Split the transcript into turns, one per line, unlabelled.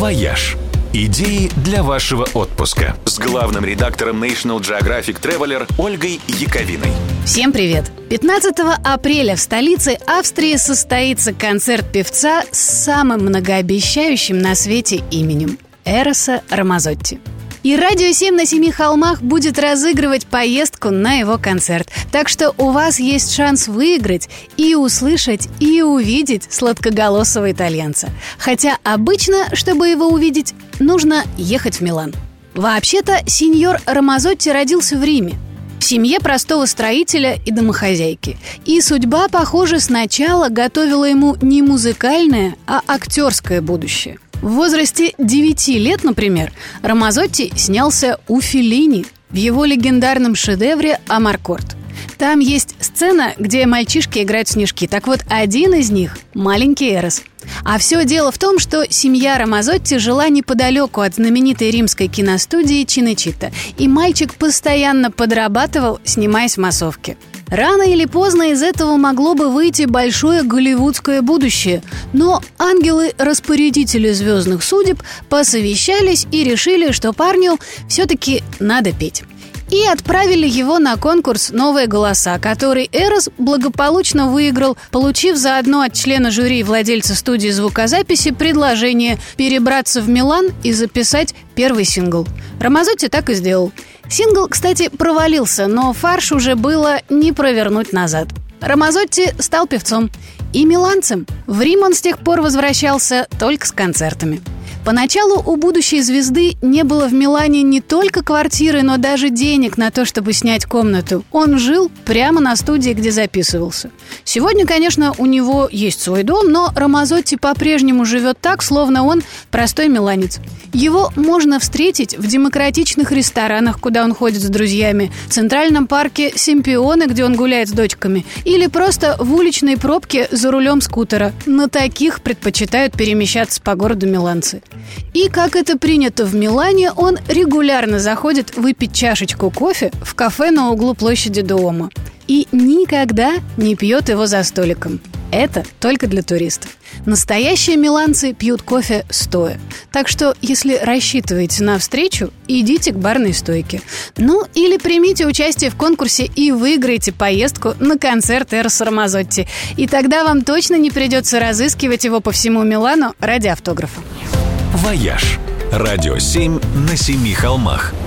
«Вояж». Идеи для вашего отпуска. С главным редактором National Geographic Traveler Ольгой Яковиной.
Всем привет! 15 апреля в столице Австрии состоится концерт певца с самым многообещающим на свете именем – Эроса Рамазотти. И Радио 7 на 7 холмах будет разыгрывать поездку на его концерт. Так что у вас есть шанс выиграть и услышать, и увидеть сладкоголосого итальянца. Хотя обычно, чтобы его увидеть, нужно ехать в Милан. Вообще-то, сеньор Рамазотти родился в Риме, в семье простого строителя и домохозяйки. И судьба, похоже, сначала готовила ему не музыкальное, а актерское будущее. В возрасте 9 лет, например, Рамазотти снялся у Феллини в его легендарном шедевре «Амаркорд». Там есть сцена, где мальчишки играют в снежки. Так вот, один из них – маленький Эрос. А все дело в том, что семья Рамазотти жила неподалеку от знаменитой римской киностудии Чинечитто, и мальчик постоянно подрабатывал, снимаясь в массовке. Рано или поздно из этого могло бы выйти большое голливудское будущее, но ангелы-распорядители звездных судеб посовещались и решили, что парню все-таки надо петь. И отправили его на конкурс «Новые голоса», который Эрос благополучно выиграл, получив заодно от члена жюри и владельца студии звукозаписи предложение перебраться в Милан и записать первый сингл. Рамазотти так и сделал. Сингл, кстати, провалился, но фарш уже было не провернуть назад. Рамазотти стал певцом и миланцем. В Рим он с тех пор возвращался только с концертами. Поначалу у будущей звезды не было в Милане не только квартиры, но даже денег на то, чтобы снять комнату. Он жил прямо на студии, где записывался. Сегодня, конечно, у него есть свой дом, но Рамазотти по-прежнему живет так, словно он простой миланец. Его можно встретить в демократичных ресторанах, куда он ходит с друзьями, в Центральном парке Семпионе, где он гуляет с дочками, или просто в уличной пробке за рулем скутера. На таких предпочитают перемещаться по городу миланцы. И, как это принято в Милане, он регулярно заходит выпить чашечку кофе в кафе на углу площади Дуомо. И никогда не пьет его за столиком. Это только для туристов. Настоящие миланцы пьют кофе стоя. Так что, если рассчитываете на встречу, идите к барной стойке. Ну, или примите участие в конкурсе и выиграйте поездку на концерт Эроса Рамазотти. И тогда вам точно не придется разыскивать его по всему Милану ради автографа.
«Вояж». Радио 7 на 7 холмах.